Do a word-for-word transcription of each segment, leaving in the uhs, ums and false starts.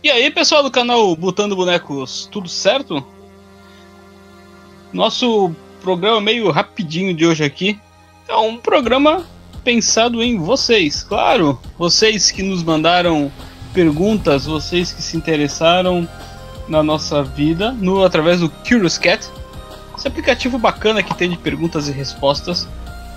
E aí, pessoal do canal Botando Bonecos, tudo certo? Nosso programa meio rapidinho de hoje aqui é um programa pensado em vocês, claro, vocês que nos mandaram perguntas, vocês que se interessaram na nossa vida no, através do Curious Cat, esse aplicativo bacana que tem de perguntas e respostas.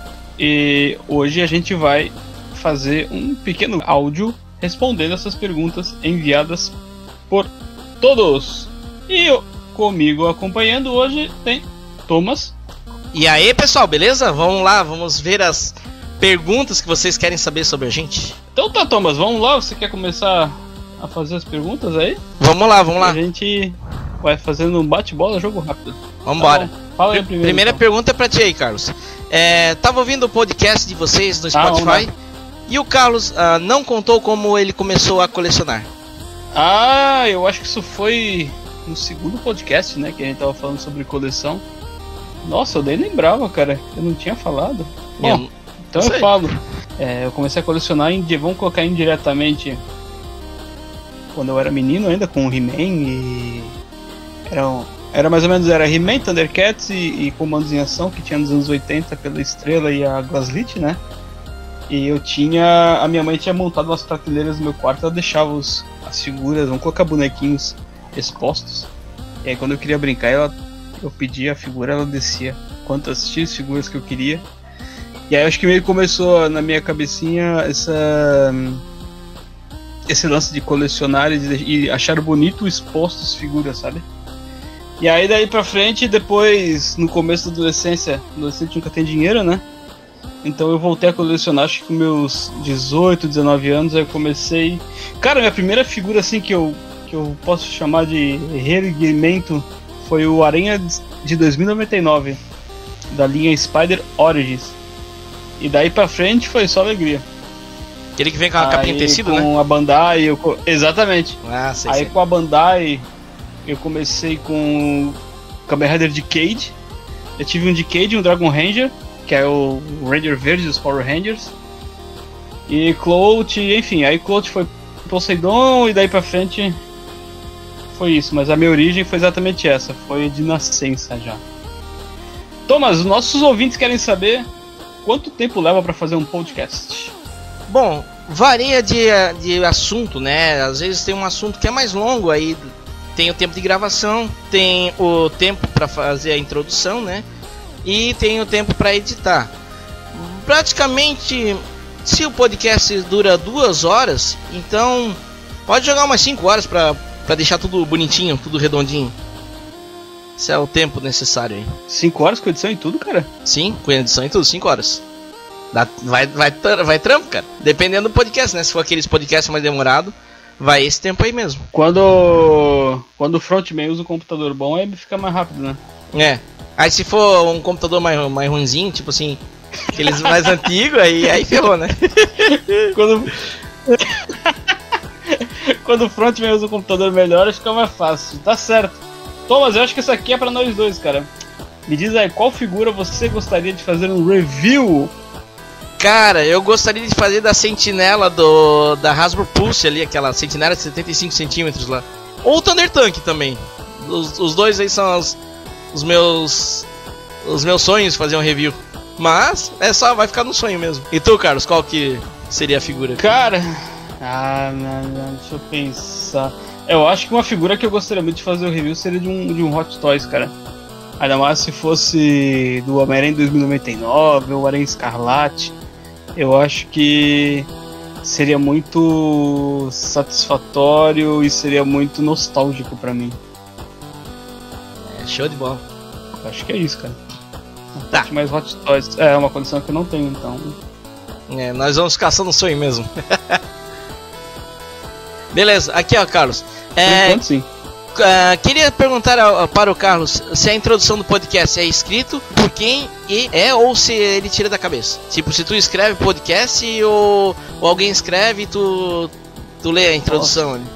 E hoje a gente vai fazer um pequeno áudio respondendo essas perguntas enviadas por todos. E eu, comigo acompanhando hoje tem Thomas. E aí, pessoal, beleza? Vamos lá, vamos ver as perguntas que vocês querem saber sobre a gente. Então tá, Thomas, vamos lá. Você quer começar a fazer as perguntas aí? Vamos lá, vamos lá. A gente vai fazendo um bate-bola, jogo rápido. Vambora. Tá, fala aí primeiro. Primeira então. pergunta é pra ti aí, Carlos. É, tava ouvindo o podcast de vocês no Spotify ah, e o Carlos uh, não contou como ele começou a colecionar. Ah, eu acho que isso foi no segundo podcast, né? Que a gente tava falando sobre coleção. Nossa, eu nem lembrava, cara. Eu não tinha falado. Bom, eu, então eu falo. É, eu comecei a colecionar, em, vamos colocar indiretamente, quando eu era menino ainda, com o He-Man e... Era, um, era mais ou menos, era He-Man, Thundercats e, e Comandos em Ação, que tinha nos anos oitenta pela Estrela e a Glaslit, né? E eu tinha... A minha mãe tinha montado umas prateleiras no meu quarto, ela deixava os, as figuras, vamos colocar bonequinhos expostos. E aí quando eu queria brincar, ela, eu pedia a figura, ela descia quantas X figuras que eu queria. E aí acho que meio começou na minha cabecinha essa... esse lance de colecionar e, de, e achar bonito expostos figuras, sabe? E aí daí pra frente, depois, no começo da adolescência, adolescente nunca tem dinheiro, né? Então eu voltei a colecionar, acho que com meus dezoito, dezenove anos, aí eu comecei... Cara, minha primeira figura assim que eu, que eu posso chamar de reerguimento foi o Aranha de dois mil e noventa e nove, da linha Spider Origins. E daí pra frente foi só alegria. Aquele que vem com a capinha em tecido, né? Com a Bandai, eu... exatamente. Ah, sei, aí sei. Com a Bandai, eu comecei com o Kamen Rider Decade. Eu tive um Decade e um Dragon Ranger, que é o Ranger Verde dos Power Rangers. E Clout, enfim, aí Clout foi Poseidon e daí pra frente foi isso. Mas a minha origem foi exatamente essa, foi de nascença já. Thomas, os nossos ouvintes querem saber quanto tempo leva pra fazer um podcast. Bom, varia de, de assunto, né? Às vezes tem um assunto que é mais longo, aí tem o tempo de gravação, tem o tempo para fazer a introdução, né? E tem o tempo para editar. Praticamente, se o podcast dura duas horas, então pode jogar umas cinco horas para para deixar tudo bonitinho, tudo redondinho. Esse é o tempo necessário aí. cinco horas com edição e tudo, cara? Sim, com edição e tudo, cinco horas. Dá, vai, vai, vai trampo, cara. Dependendo do podcast, né? Se for aqueles podcasts mais demorado, vai esse tempo aí mesmo. Quando quando o frontman usa um computador bom, aí fica mais rápido, né? É. Aí se for um computador mais, mais ruinzinho, tipo assim, aqueles mais antigos, aí, aí ferrou, né? Quando... Quando o frontman usa um computador melhor, fica mais fácil. Tá certo. Thomas, eu acho que isso aqui é pra nós dois, cara. Me diz aí, qual figura você gostaria de fazer um review? Cara, eu gostaria de fazer da sentinela do da Hasbro Pulse ali, aquela sentinela de setenta e cinco centímetros lá. Ou o Thunder Tank também. Os, os dois aí são os, os meus os meus sonhos de fazer um review. Mas é só, vai ficar no sonho mesmo. E tu, Carlos, qual que seria a figura? Cara, ah, não, não, deixa eu pensar. Eu acho que uma figura que eu gostaria muito de fazer o review seria de um, de um Hot Toys, cara. Ainda mais se fosse do Homem-Aranha dois mil e noventa e nove ou Aranha Escarlate. Eu acho que seria muito satisfatório e seria muito nostálgico pra mim. É, show de bola. Eu acho que é isso, cara. Tá. Mais Hot Toys. É uma condição que eu não tenho, então. É, nós vamos caçando o sonho mesmo. Beleza, aqui ó, Carlos. É, Por enquanto, sim. Uh, queria perguntar ao, para o Carlos se a introdução do podcast é escrito por quem e é ou se ele tira da cabeça. Tipo, se tu escreve podcast ou, ou alguém escreve e tu, tu lê a introdução ali.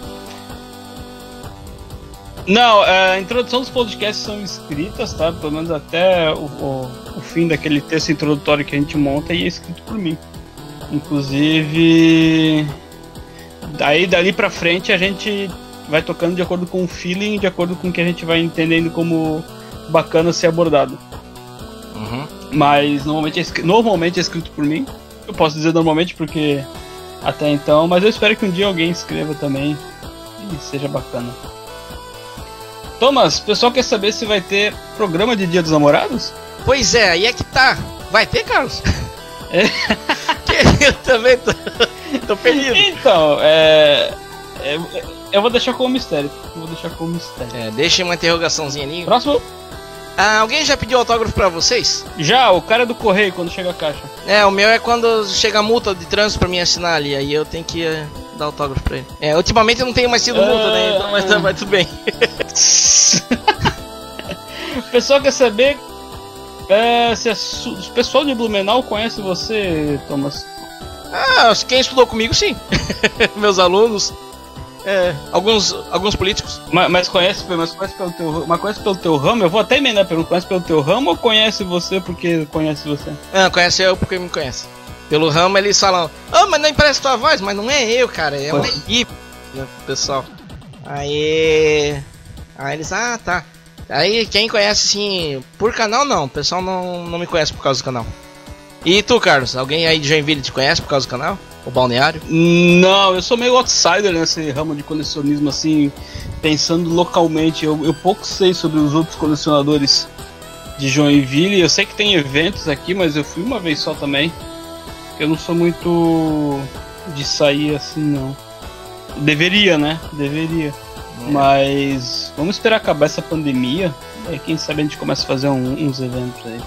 Não, a introdução dos podcasts são escritas, tá? Pelo menos até o, o, o fim daquele texto introdutório que a gente monta e é escrito por mim. Inclusive, Daí, dali pra frente, a gente vai tocando de acordo com o feeling, de acordo com o que a gente vai entendendo como bacana ser abordado. Uhum. Mas normalmente é, escrito, normalmente é escrito por mim. Eu posso dizer normalmente porque até então, mas eu espero que um dia alguém escreva também e seja bacana. Thomas, o pessoal quer saber se vai ter programa de Dia dos Namorados? Pois é, aí é que tá. Vai ter, Carlos? É. Eu também tô, tô perdido. Então, é, é, eu vou deixar como mistério. Eu vou deixar como mistério. É, deixa uma interrogaçãozinha ali. Próximo. Ah, alguém já pediu autógrafo pra vocês? Já, o cara do correio quando chega a caixa. É, o meu é quando chega a multa de trânsito pra mim assinar ali. Aí eu tenho que uh, dar autógrafo pra ele. É, ultimamente eu não tenho mais tido multa, uh... né? Então, mas tá, vai tudo bem. O pessoal quer saber é, se o pessoal de Blumenau conhece você, Thomas. Ah, quem estudou comigo, sim. Meus alunos. É, alguns, alguns políticos. Mas, mas, conhece, mas, conhece pelo teu, mas conhece pelo teu ramo? Eu vou até emendar a pergunta. Conhece pelo teu ramo ou conhece você porque conhece você? Ah, conhece eu porque me conhece. Pelo ramo eles falam, ah, oh, mas não empresta tua voz, mas não é eu, cara, é uma equipe, né, pessoal. Aí. Aí eles, ah, tá. Aí quem conhece assim, por canal não, o pessoal não, não me conhece por causa do canal. E tu, Carlos, alguém aí de Joinville te conhece por causa do canal? O balneário? Não, eu sou meio outsider nesse ramo de colecionismo, assim, pensando localmente. Eu, eu pouco sei sobre os outros colecionadores de Joinville. Eu sei que tem eventos aqui, mas eu fui uma vez só também. Eu não sou muito de sair assim, não. Deveria, né? Deveria. É. Mas vamos esperar acabar essa pandemia. Aí quem sabe a gente começa a fazer um, uns eventos aí.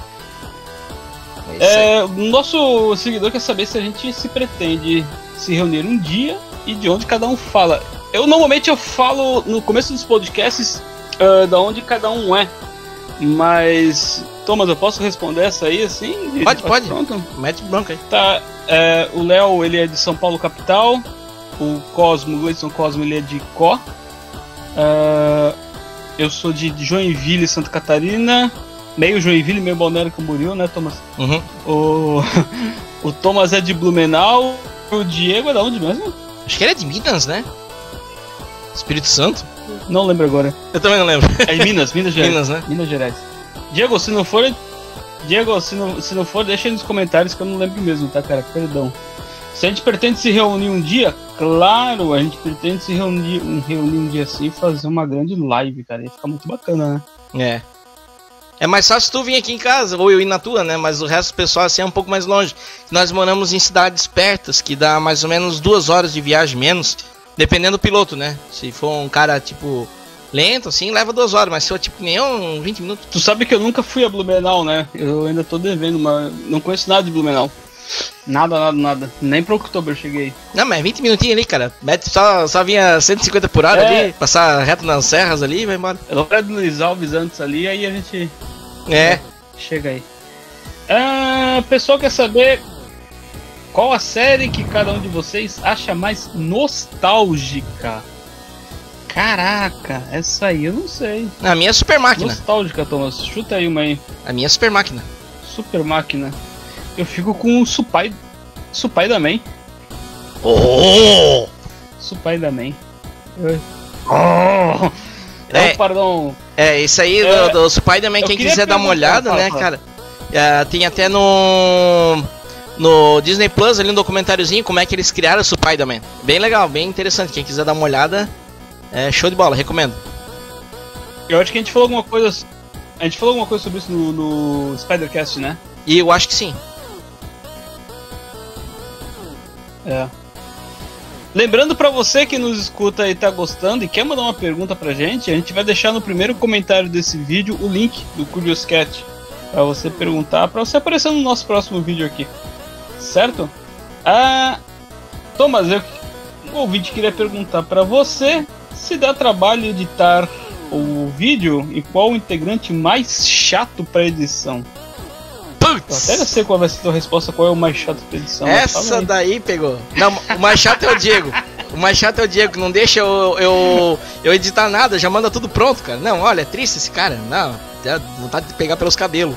É, o nosso seguidor quer saber se a gente se pretende se reunir um dia e de onde cada um fala. Eu normalmente eu falo no começo dos podcasts uh, da onde cada um é. Mas, Thomas, eu posso responder essa aí assim? De, pode, pode. Pronto? Mete bronca aí. Tá, é, o Léo ele é de São Paulo capital. O Cosmo, o Gleison Cosmo, ele é de Có. Uh, eu sou de Joinville, Santa Catarina. Meio Joinville, meio Balneário Camboriú, né, Thomas? Uhum. O, o Thomas é de Blumenau. O Diego é da onde mesmo? Acho que ele é de Minas, né? Espírito Santo? Não lembro agora. Eu também não lembro. É de Minas, Minas Gerais. Minas, né? Minas Gerais. Diego, se não for... Diego, se não, se não for, deixa aí nos comentários que eu não lembro mesmo, tá, cara? Perdão. Se a gente pretende se reunir um dia, claro, a gente pretende se reunir, reunir um dia assim e fazer uma grande live, cara. Ia ficar muito bacana, né? É. É mais fácil tu vir aqui em casa, ou eu ir na tua, né? Mas o resto do pessoal assim é um pouco mais longe. Nós moramos em cidades pertas, que dá mais ou menos duas horas de viagem menos, dependendo do piloto, né? Se for um cara, tipo, lento, assim, leva duas horas. Mas se for, tipo, nem um vinte minutos. Tu sabe que eu nunca fui a Blumenau, né? Eu ainda tô devendo, mas não conheço nada de Blumenau. Nada, nada, nada. Nem pro Oktober cheguei. Não, mas vinte minutinhos ali, cara. Só, só vinha cento e cinquenta por hora é. ali, passar reto nas serras ali e vai embora. Eu vou pra do Luiz Alves antes ali, aí a gente... É. Chega aí. Ah, o pessoal quer saber qual a série que cada um de vocês acha mais nostálgica. Caraca, essa aí eu não sei. A minha é Super Máquina. Nostálgica, Thomas. Chuta aí uma aí. A minha é Super Máquina. Super Máquina. Eu fico com o Supai... Supai da Man. Oh! Supai da Man. Oh! É, oh, perdão. É, isso aí é, do, do Spider-Man, quem quiser dar uma olhada, fala, né, fala. cara? É, tem até no... No Disney Plus ali um documentáriozinho como é que eles criaram o Spider-Man. Bem legal, bem interessante. Quem quiser dar uma olhada, é show de bola, recomendo. Eu acho que a gente falou alguma coisa... A gente falou alguma coisa sobre isso no, no Spider-Cast, né? E eu acho que sim. É. Lembrando pra você que nos escuta e tá gostando e quer mandar uma pergunta pra gente, a gente vai deixar no primeiro comentário desse vídeo o link do Curious Cat pra você perguntar, pra você aparecer no nosso próximo vídeo aqui. Certo? Ah, Thomas, eu, o ouvinte queria perguntar pra você se dá trabalho editar o vídeo e qual o integrante mais chato pra edição. Putz! Eu até não sei qual vai ser a tua resposta, qual é o mais chato pra edição. Essa daí pegou. Não, o mais chato é o Diego. O mais chato é o Diego, que não deixa eu, eu, eu editar nada, já manda tudo pronto, cara. Não, olha, é triste esse cara. Não, dá vontade de pegar pelos cabelos.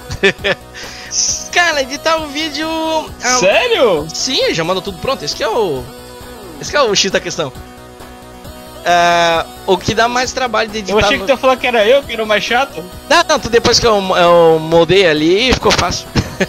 Cara, editar o vídeo... Sério? Sim, ele já manda tudo pronto. Esse que é o... Esse é o X da questão. Uh, o que dá mais trabalho de editar... Eu achei que tu ia falar que era eu, que era o mais chato. Não, não, tu depois que eu, eu moldei ali, ficou fácil.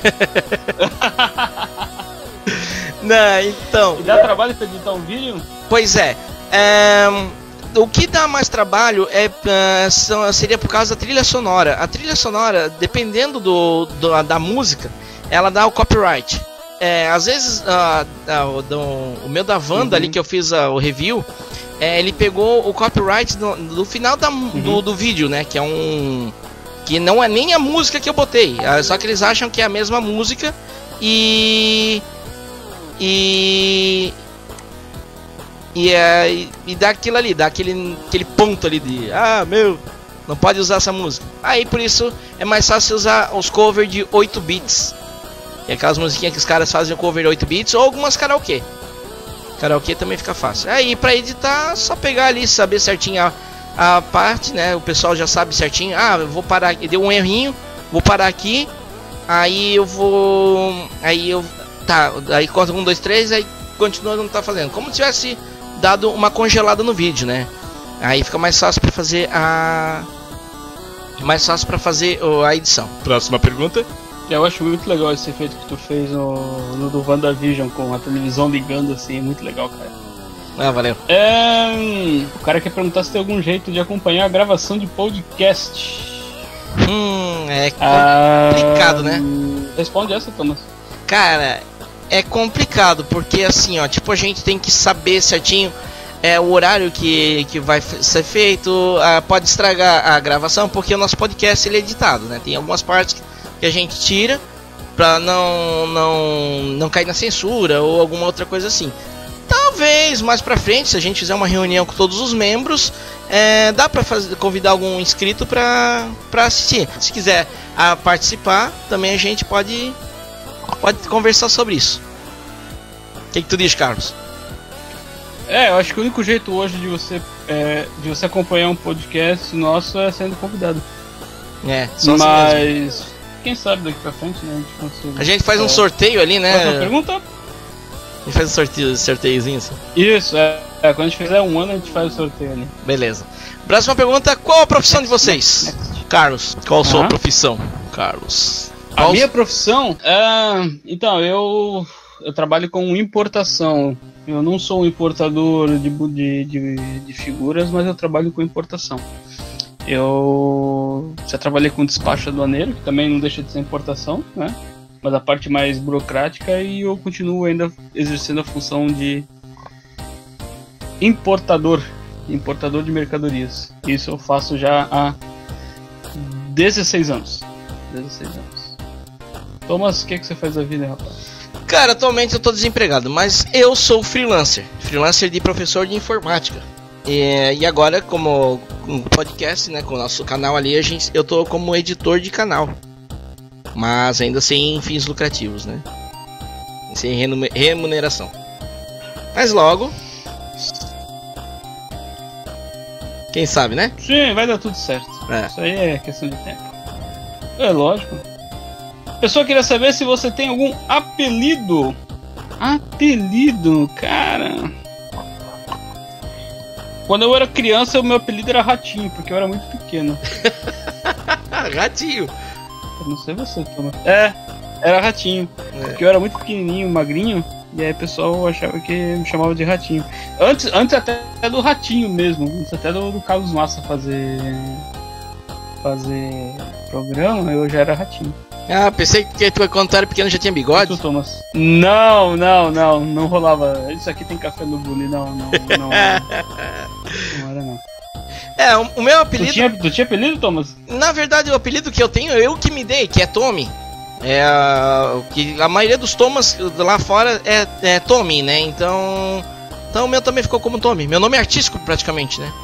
Não, então... E dá trabalho pra editar um vídeo? Pois é. é o que dá mais trabalho é, é, são, seria por causa da trilha sonora. A trilha sonora, dependendo do, do, da música, ela dá o copyright. É, às vezes, uh, uh, do, o meu da Wanda uhum. ali, que eu fiz uh, o review... É, ele pegou o copyright do, do final da, uhum. do, do vídeo, né? Que é um... Que não é nem a música que eu botei. É só que eles acham que é a mesma música. E... E... E, é, e, e dá aquilo ali, dá aquele, aquele ponto ali de... Ah, meu, não pode usar essa música. Aí, por isso, é mais fácil usar os covers de oito bits. E aquelas musiquinhas que os caras fazem o cover de oito bits. Ou algumas karaokê. Karaokê também fica fácil. Aí pra editar, só pegar ali, saber certinho a, a parte, né? O pessoal já sabe certinho. Ah, eu vou parar, deu um errinho, vou parar aqui. Aí eu vou... Aí eu... Tá, aí conta um, dois, três, aí continua, não tá fazendo. Como se tivesse dado uma congelada no vídeo, né? Aí fica mais fácil pra fazer a... Mais fácil pra fazer a edição. Próxima pergunta. Eu acho muito legal esse efeito que tu fez no, no do WandaVision, com a televisão ligando assim, é muito legal, cara. Ah, valeu. É, o cara quer perguntar se tem algum jeito de acompanhar a gravação de podcast. Hum, é complicado, ah, né? Responde essa, Thomas. Cara, é complicado, porque assim, ó, tipo, a gente tem que saber certinho é, o horário que, que vai ser feito, ah, pode estragar a gravação, porque o nosso podcast ele é editado, né? Tem algumas partes que que a gente tira pra não, não, não cair na censura ou alguma outra coisa assim. Talvez mais pra frente, se a gente fizer uma reunião com todos os membros, é, dá pra fazer, convidar algum inscrito pra, pra assistir. Se quiser a participar, também a gente pode, pode conversar sobre isso. O que, que tu diz, Carlos? É, eu acho que o único jeito hoje de você, é, de você acompanhar um podcast nosso é sendo convidado. É, só mas... assim mesmo. Quem sabe daqui pra frente, né? A gente, consegue... a gente faz um sorteio ali, né? Próxima pergunta? A gente faz um sorteio, sorteiozinho assim. Isso, é, é. Quando a gente fizer um ano, a gente faz o sorteio ali. Beleza. Próxima pergunta: qual a profissão next, de vocês? Next, next. Carlos, qual a sua uh-huh. profissão? Carlos. Qual... A minha profissão? É... Então, eu... eu trabalho com importação. Eu não sou um importador de, de, de, de figuras, mas eu trabalho com importação. Eu já trabalhei com despacho aduaneiro, que também não deixa de ser importação, né? Mas a parte mais burocrática, e eu continuo ainda exercendo a função de importador, importador de mercadorias. Isso eu faço já há dezesseis anos. dezesseis anos. Thomas, o que, que você faz da vida, rapaz? Cara, atualmente eu tô desempregado, mas eu sou freelancer. Freelancer de professor de informática. E, e agora, como um podcast, né, com o nosso canal ali, a gente, eu tô como editor de canal. Mas ainda sem fins lucrativos, né? Sem remuneração. Mas logo... Quem sabe, né? Sim, vai dar tudo certo. É. Isso aí é questão de tempo. É lógico. A pessoa queria saber se você tem algum apelido. Apelido, cara... Quando eu era criança, o meu apelido era Ratinho, porque eu era muito pequeno. Ratinho? Eu não sei você, Thomas. É, era Ratinho. É. Porque eu era muito pequenininho, magrinho, e aí o pessoal achava que me chamava de Ratinho. Antes, antes até do Ratinho mesmo, antes até do, do Carlos Massa fazer, fazer programa, eu já era Ratinho. Ah, pensei que tu, quando tu era pequeno já tinha bigode. Tu, Thomas? Não, não, não, não rolava. Isso aqui tem café no bullying, não, não, não. Não era não. É, o, o meu apelido... Tu tinha, tu tinha apelido, Thomas? Na verdade, o apelido que eu tenho, eu que me dei, que é Tommy. É, que a maioria dos Thomas lá fora é, é Tommy, né? Então, então o meu também ficou como Tommy. Meu nome é artístico praticamente, né?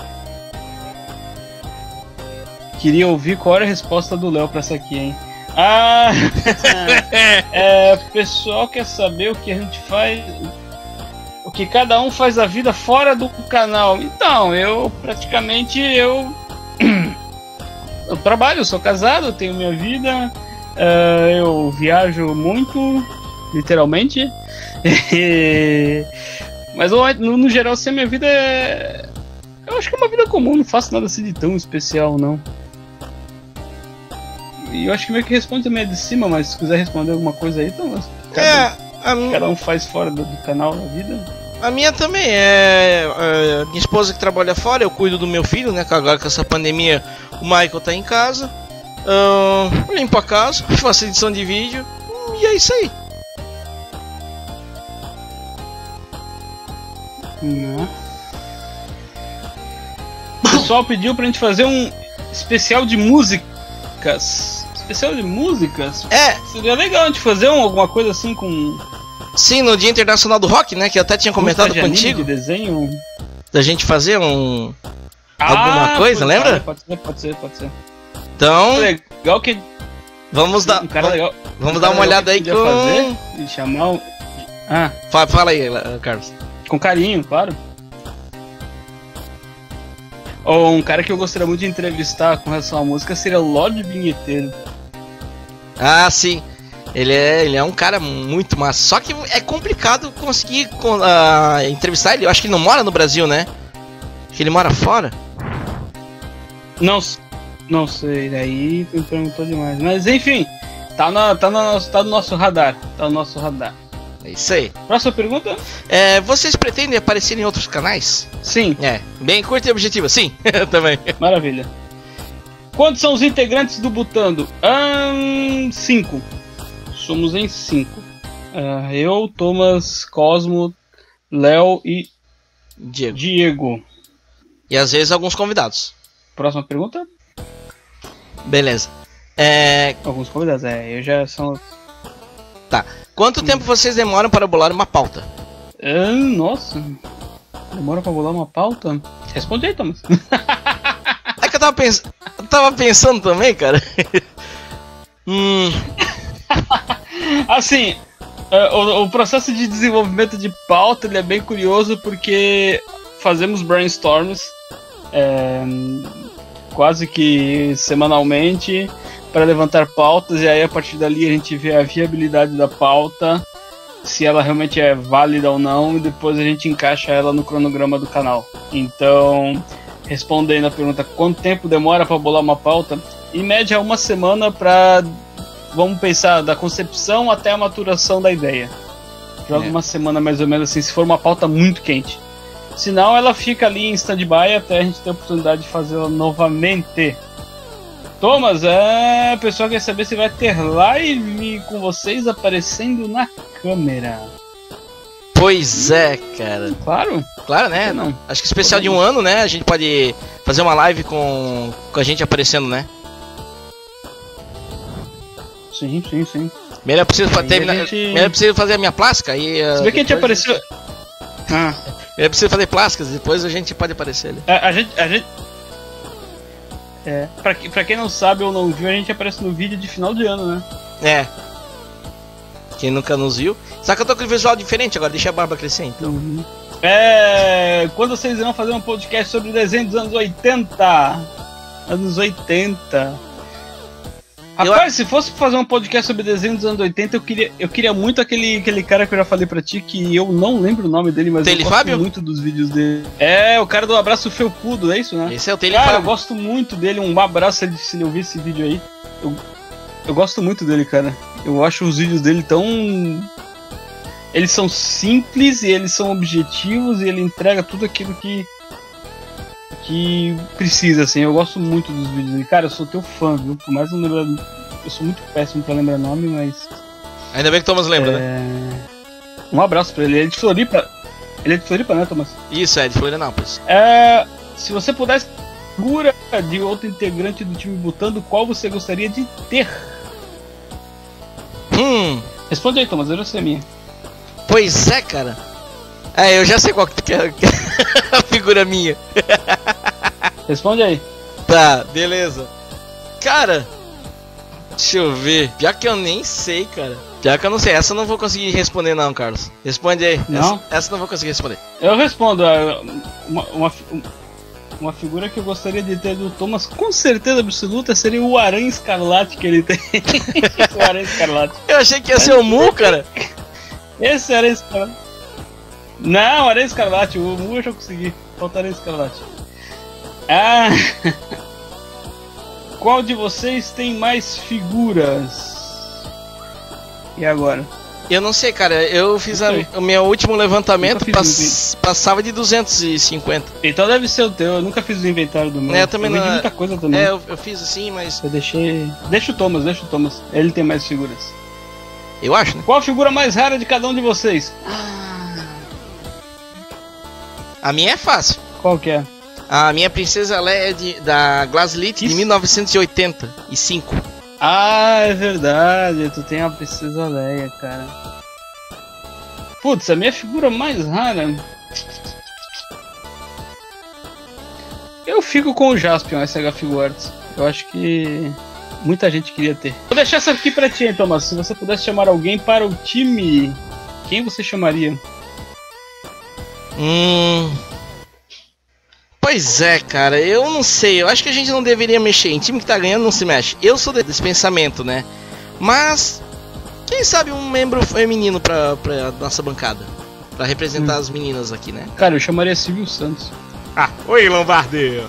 Queria ouvir qual era a resposta do Léo pra essa aqui, hein? Ah, é, o pessoal quer saber o que a gente faz, o que cada um faz da vida fora do canal. Então, eu praticamente eu, eu trabalho, eu sou casado, eu tenho minha vida, uh, eu viajo muito, literalmente. Mas no, no geral, assim, a minha vida é... Eu acho que é uma vida comum, não faço nada assim de tão especial, não. E eu acho que meio que responde também de cima, mas se quiser responder alguma coisa aí, então... Cada, é, a cada um faz fora do, do canal da vida. A minha também é, é... Minha esposa que trabalha fora, eu cuido do meu filho, né? Que agora com essa pandemia, o Michael tá em casa. Uh, limpo a casa, faço edição de vídeo. E é isso aí. Não. O pessoal pediu pra gente fazer um especial de músicas. Especial de músicas? É. Seria legal a gente fazer um, alguma coisa assim com... Sim, no Dia Internacional do Rock, né? Que eu até tinha comentado de contigo. De desenho. Da gente fazer um... Ah, alguma coisa, lembra? Pode ser, pode ser, pode ser. Então... Legal que... Vamos dar... Um cara legal. Vamos um dar uma olhada aí com... fazer e chamar o... Ah. Fala, fala aí, Carlos. Com carinho, claro. Ou um cara que eu gostaria muito de entrevistar com relação à música seria o Lorde Vinheteiro. Ah, sim. Ele é, ele é um cara muito massa. Só que é complicado conseguir uh, entrevistar ele. Eu acho que ele não mora no Brasil, né? Acho que ele mora fora. Não, não sei. Aí tu me perguntou demais. Mas enfim, tá, na, tá, na, tá no nosso radar. Tá no nosso radar. É isso aí. Próxima pergunta? É, vocês pretendem aparecer em outros canais? Sim. É, bem curta e objetiva, sim. Também. Maravilha. Quantos são os integrantes do Butando? Hum, cinco. Somos em cinco. Uh, eu, Thomas, Cosmo, Léo e Diego. Diego. E às vezes alguns convidados. Próxima pergunta? Beleza. É... Alguns convidados, é. Eu já são... Tá. Quanto hum. tempo vocês demoram para bolar uma pauta? Ah, nossa. Demora para bolar uma pauta? Responde aí, Thomas. É que eu tava, pens... eu tava pensando também, cara. hum... Assim, o, o processo de desenvolvimento de pauta ele é bem curioso porque fazemos brainstorms é, quase que semanalmente para levantar pautas, e aí a partir dali a gente vê a viabilidade da pauta, se ela realmente é válida ou não, e depois a gente encaixa ela no cronograma do canal. Então, respondendo a pergunta quanto tempo demora para bolar uma pauta, em média uma semana para, vamos pensar, da concepção até a maturação da ideia. Joga é. uma semana mais ou menos assim, se for uma pauta muito quente. Senão ela fica ali em stand-by até a gente ter a oportunidade de fazê-la novamente. Thomas, é, o pessoal quer saber se vai ter live com vocês aparecendo na câmera. Pois é, cara. Claro. Claro, né? Não. Acho que especial de um ano, né? A gente pode fazer uma live com, com a gente aparecendo, né? Sim, sim, sim. Melhor preciso, terminar, gente... melhor preciso fazer a minha plástica e... Uh, Você vê que a gente apareceu... Gente... Ah. Melhor preciso fazer plásticas, depois a gente pode aparecer ali. A, a gente... A gente... É, pra, pra quem não sabe ou não viu, a gente aparece no vídeo de final de ano, né? É. Quem nunca nos viu. Só que eu tô com o visual diferente agora, deixa a barba crescer, então. Uhum. É... Quando vocês irão fazer um podcast sobre desenho dos anos oitenta? Anos oitenta... Rapaz, eu... se fosse fazer um podcast sobre desenho dos anos oitenta, eu queria, eu queria muito aquele, aquele cara que eu já falei pra ti, que eu não lembro o nome dele, mas Tele eu gosto Fábio? muito dos vídeos dele. É, o cara do Abraço Felpudo, é isso, né? Esse é o Tele Cara, Fábio. eu gosto muito dele, um abraço se ele, se ele ouvir esse vídeo aí. Eu, eu gosto muito dele, cara. Eu acho os vídeos dele tão... Eles são simples e eles são objetivos e ele entrega tudo aquilo que... que precisa, assim. Eu gosto muito dos vídeos dele. Cara, eu sou teu fã, viu? Por mais não lembrar... Eu sou muito péssimo pra lembrar nome, mas... Ainda bem que o Thomas lembra, é... né? Um abraço pra ele. Ele é de Floripa. Ele é de Floripa, né, Thomas? Isso, é de Florianópolis. É... Se você pudesse figura de outro integrante do time Butando, qual você gostaria de ter? Hum... Responde aí, Thomas. Eu já sei a minha. Pois é, cara. É, eu já sei qual que é a figura minha. Responde aí. Tá, beleza. Cara... Deixa eu ver. Pior que eu nem sei, cara. Pior que eu não sei. Essa eu não vou conseguir responder, não, Carlos. Responde aí. Não? Essa, essa eu não vou conseguir responder. Eu respondo. Uma, uma, uma figura que eu gostaria de ter do Thomas, com certeza absoluta, seria o Aranha Escarlate que ele tem. O Aranha Escarlate. Eu achei que ia ser o Mu, cara. Esse Aranha Escarlate. Não, Aranha Escarlate, o Mu eu já consegui. Falta Aranha Escarlate. Ah. Qual de vocês tem mais figuras? E agora? Eu não sei, cara. Eu fiz a, o meu último levantamento, pass, passava de duzentos e cinquenta. Então deve ser o teu. Eu nunca fiz o inventário do meu. É, eu também eu não. muita coisa também. É, eu, eu fiz assim, mas. Eu deixei. Deixa o Thomas, deixa o Thomas. Ele tem mais figuras. Eu acho, né? Qual a figura mais rara de cada um de vocês? A minha é fácil. Qual que é? A minha Princesa Leia é de, da Glaslit de mil novecentos e oitenta e cinco. Ah, é verdade. Tu tem a Princesa Leia, cara. Putz, a minha figura mais rara... Eu fico com o Jaspion, S H Figuarts. Eu acho que muita gente queria ter. Vou deixar essa aqui pra ti, hein, Thomas. Se você pudesse chamar alguém para o time, quem você chamaria? Hum... Pois é, cara, eu não sei, eu acho que a gente não deveria mexer, em time que tá ganhando não se mexe. Eu sou desse pensamento, né? Mas, quem sabe um membro feminino pra, pra nossa bancada, pra representar hum. as meninas aqui, né? Cara, eu chamaria Silvio Santos. Ah, oi Lombardi!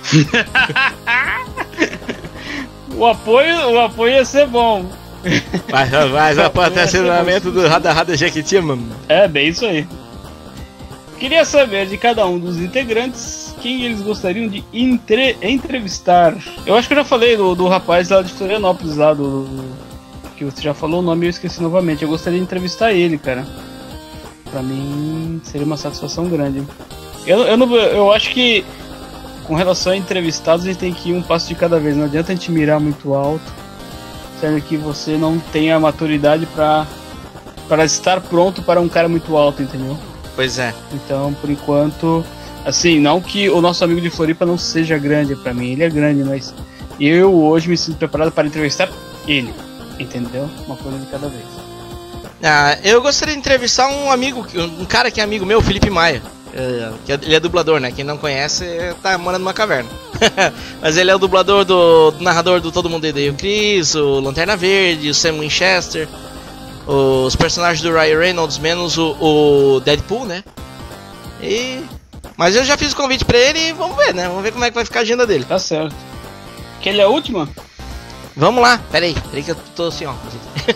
o, apoio, o apoio ia ser bom. Mas, mas o patrocinamento do Rada Rada Jequiti, mano. É, bem isso aí. Queria saber de cada um dos integrantes quem eles gostariam de entre... entrevistar. Eu acho que eu já falei do, do rapaz lá de Florianópolis, lá do, do... que você já falou o nome e eu esqueci novamente. Eu gostaria de entrevistar ele, cara. Pra mim seria uma satisfação grande. Eu, eu, não, eu acho que com relação a entrevistados a gente tem que ir um passo de cada vez. Não adianta a gente mirar muito alto, sendo que você não tem a maturidade pra, pra estar pronto para um cara muito alto, entendeu? Pois é. Então, por enquanto, assim, não que o nosso amigo de Floripa não seja grande pra mim, ele é grande, mas eu hoje me sinto preparado para entrevistar ele, entendeu? Uma coisa de cada vez. Ah, eu gostaria de entrevistar um amigo, um cara que é amigo meu, Felipe Maia. É, que ele é dublador, né? Quem não conhece tá morando numa caverna. Mas ele é o dublador do, do narrador do Todo Mundo Odeia o Chris, o Lanterna Verde, o Sam Winchester, os personagens do Ryan Reynolds, menos o, o Deadpool, né? E... Mas eu já fiz o convite pra ele e vamos ver, né? Vamos ver como é que vai ficar a agenda dele. Tá certo. Que ele é a última? Vamos lá, peraí, peraí que eu tô assim, ó.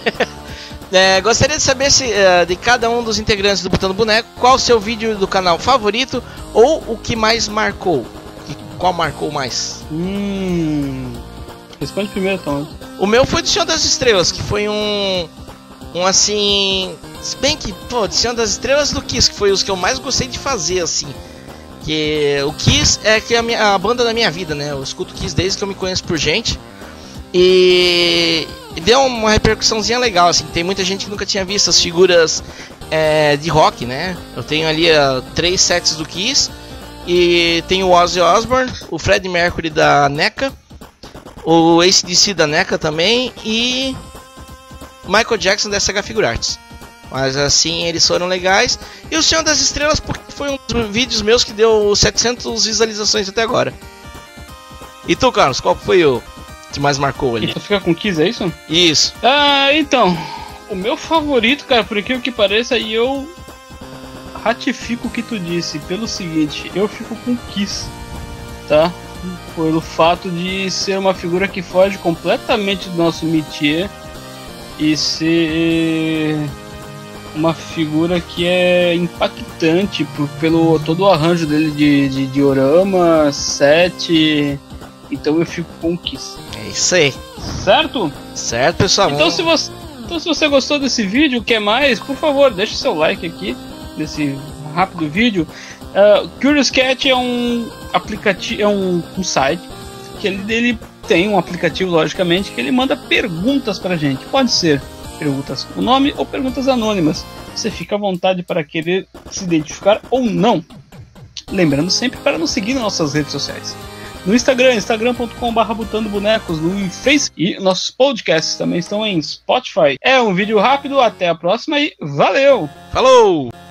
é, gostaria de saber se uh, de cada um dos integrantes do Botando Boneco, qual o seu vídeo do canal favorito ou o que mais marcou? Qual marcou mais? Hum... Responde primeiro, Tom. O meu foi do Senhor das Estrelas, que foi um... Um assim... Se bem que, pô, de Senhor das Estrelas do Kiss, que foi os que eu mais gostei de fazer, assim. Que o Kiss é que é a, minha, a banda da minha vida, né? Eu escuto Kiss desde que eu me conheço por gente. E, e deu uma repercussãozinha legal, assim. Tem muita gente que nunca tinha visto as figuras é, de rock, né? Eu tenho ali uh, três sets do Kiss. E tem o Ozzy Osbourne, o Freddie Mercury da NECA, o A C D C da NECA também e Michael Jackson da S H Figuarts. Mas assim, eles foram legais. E o Senhor das Estrelas porque foi um dos vídeos meus que deu setecentas visualizações até agora. E tu, Carlos, qual foi o que mais marcou ali? E tu fica com Kiss, é isso? Isso. Ah, então, o meu favorito, cara, por aquilo que pareça, e eu ratifico o que tu disse, pelo seguinte, eu fico com Kiss, tá? Pelo fato de ser uma figura que foge completamente do nosso métier e ser uma figura que é impactante por, pelo todo o arranjo dele de, de diorama, set. Então eu fico com o Kiss. É isso aí. Certo? Certo, pessoal. Então se você, então, se você gostou desse vídeo, quer mais, por favor, deixe seu like aqui nesse rápido vídeo. Uh, Curious Cat é um aplicativo, é um, um site que ele, ele tem um aplicativo, logicamente, que ele manda perguntas pra gente. Pode ser perguntas com nome ou perguntas anônimas. Você fica à vontade para querer se identificar ou não. Lembrando sempre para nos seguir nas nossas redes sociais. No Instagram, instagram ponto com barra botando bonecos, no Facebook, e nossos podcasts também estão em Spotify. É um vídeo rápido, até a próxima e valeu! Falou!